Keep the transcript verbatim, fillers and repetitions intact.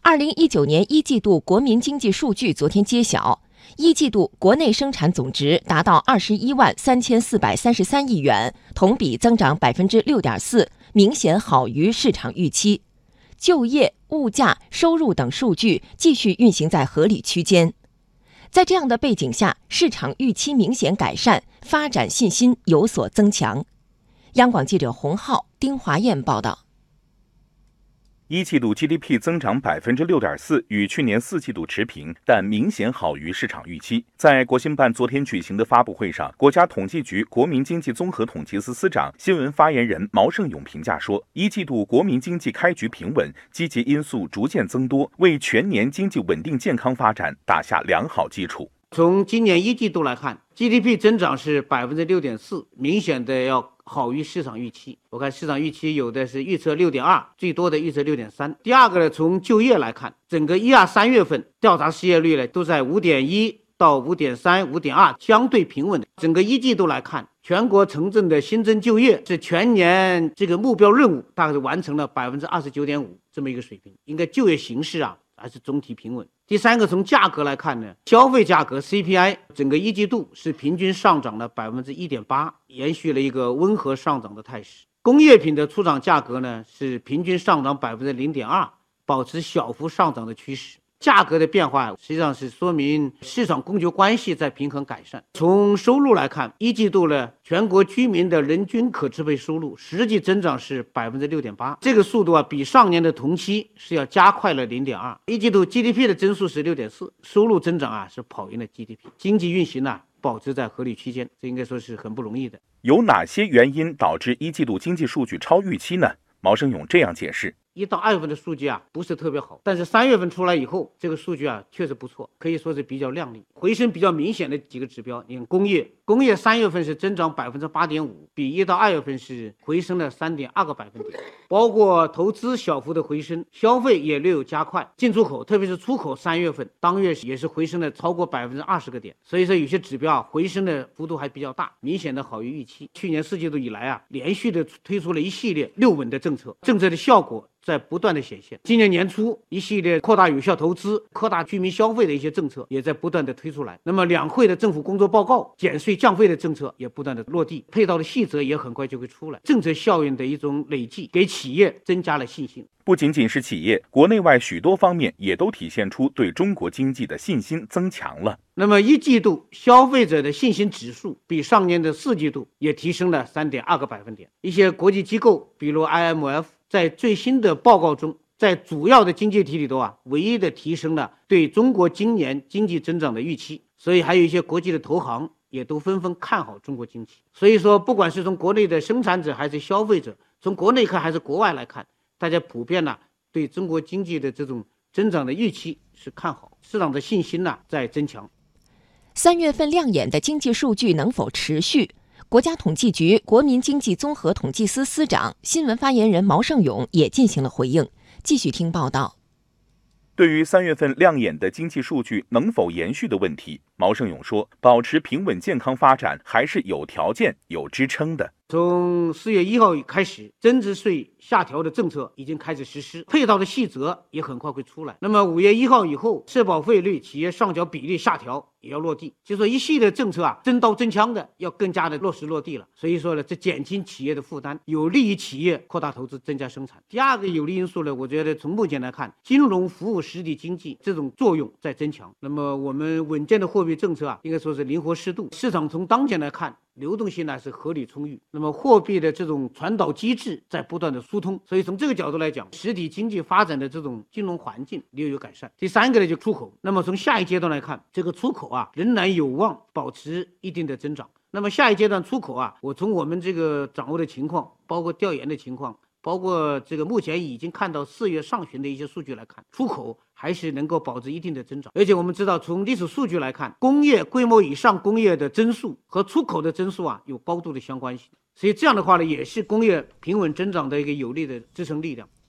二零一九年一季度国民经济数据昨天揭晓，一季度国内生产总值达到二十一万三千四百三十三亿元，同比增长百分之六点四，明显好于市场预期。就业、物价、收入等数据继续运行在合理区间。在这样的背景下，市场预期明显改善，发展信心有所增强。央广记者洪浩、丁华燕报道。 一季度 G D P 增长百分之六点四，与去年四季度持平，但明显好于市场预期。在国新办昨天举行的发布会上，国家统计局国民经济综合统计司司长、新闻发言人毛盛勇评价说，一季度国民经济开局平稳，积极因素逐渐增多，为全年经济稳定健康发展打下良好基础。 从今年一季度来看 ，G D P 增长是百分之六点四，明显的要好于市场预期。我看市场预期有的是预测六点二，最多的预测六点三。第二个呢，从就业来看，整个一二三月份调查失业率呢都在五点一到五点三、五点二，相对平稳的。整个一季度来看，全国城镇的新增就业是全年这个目标任务大概是完成了百分之二十九点五这么一个水平，应该就业形势啊还是总体平稳。第三个，从价格来看呢，消费价格 C P I 整个一季度是平均上涨了百分之一点八，延续了一个温和上涨的态势。工业品的出厂价格呢是平均上涨百分之零点二，保持小幅上涨的趋势。价格的变化实际上是说明市场供求关系在平衡改善。从收入来看，一季度呢，全国居民的人均可支配收入实际增长是百分之六点八，这个速度啊比上年的同期是要加快了零点二。一季度 G D P 的增速是六点四，收入增长啊是跑赢了 G D P， 经济运行呢、啊、保持在合理区间，这应该说是很不容易的。 有哪些原因导致一季度经济数据超预期呢？毛盛勇这样解释。 一到二月份的数据啊不是特别好，但是三月份出来以后，这个数据啊确实不错，可以说是比较亮丽，回升比较明显的几个指标。你看工业，工业三月份是增长百分之八点五，比一到二月份是回升了三点二个百分点。包括投资小幅的回升，消费也略有加快，进出口特别是出口三月份当月也是回升了超过百分之二十个点。所以说有些指标啊回升的幅度还比较大，明显的好于预期。去年四季度以来啊，连续的推出了一系列六稳的政策，政策的效果在不断的显现。今年年初一系列扩大有效投资、扩大居民消费的一些政策也在不断的推出来。那么两会的政府工作报告、减税降费的政策也不断的落地，配套的细则也很快就会出来。政策效应的一种累计，给企业增加了信心。 不仅仅是企业，国内外许多方面也都体现出对中国经济的信心增强了。 那么一季度消费者的信心指数比上年的四季度也提升了三点二个百分点。一些国际机构，比如 I M F， 在最新的报告中，在主要的经济体里头啊，唯一的提升了对中国今年经济增长的预期。所以还有一些国际的投行也都纷纷看好中国经济。所以说，不管是从国内的生产者还是消费者，从国内看还是国外来看，大家普遍呢、啊、对中国经济的这种增长的预期是看好，市场的信心呢、啊、在增强。 三月份亮眼的经济数据能否持续？国家统计局国民经济综合统计司司长、新闻发言人毛盛勇也进行了回应。继续听报道。 对于三月份亮眼的经济数据能否延续的问题，毛盛勇说，保持平稳健康发展还是有条件、有支撑的。 从四月一号开始，增值税下调的政策已经开始实施，配套的细则也很快会出来。那么五月一号以后，社保费率、企业上缴比例下调也要落地，就说一系列政策啊，真刀真枪的要更加的落实落地了。所以说呢，这减轻企业的负担，有利于企业扩大投资、增加生产。第二个有利因素呢，我觉得从目前来看，金融服务实体经济这种作用在增强。那么我们稳健的货币政策啊，应该说是灵活适度。市场从当前来看，流动性呢是合理充裕，那么货币的这种传导机制在不断的疏通，所以从这个角度来讲，实体经济发展的这种金融环境略有改善。第三个呢，就出口。那么从下一阶段来看，这个出口啊仍然有望保持一定的增长。那么下一阶段出口啊，我从我们这个掌握的情况，包括调研的情况，包括这个目前已经看到四月上旬的一些数据来看，出口还是能够保持一定的增长。而且我们知道，从历史数据来看，工业规模以上工业的增速和出口的增速啊有高度的相关性。所以这样的话呢，也是工业平稳增长的一个有力的支撑力量。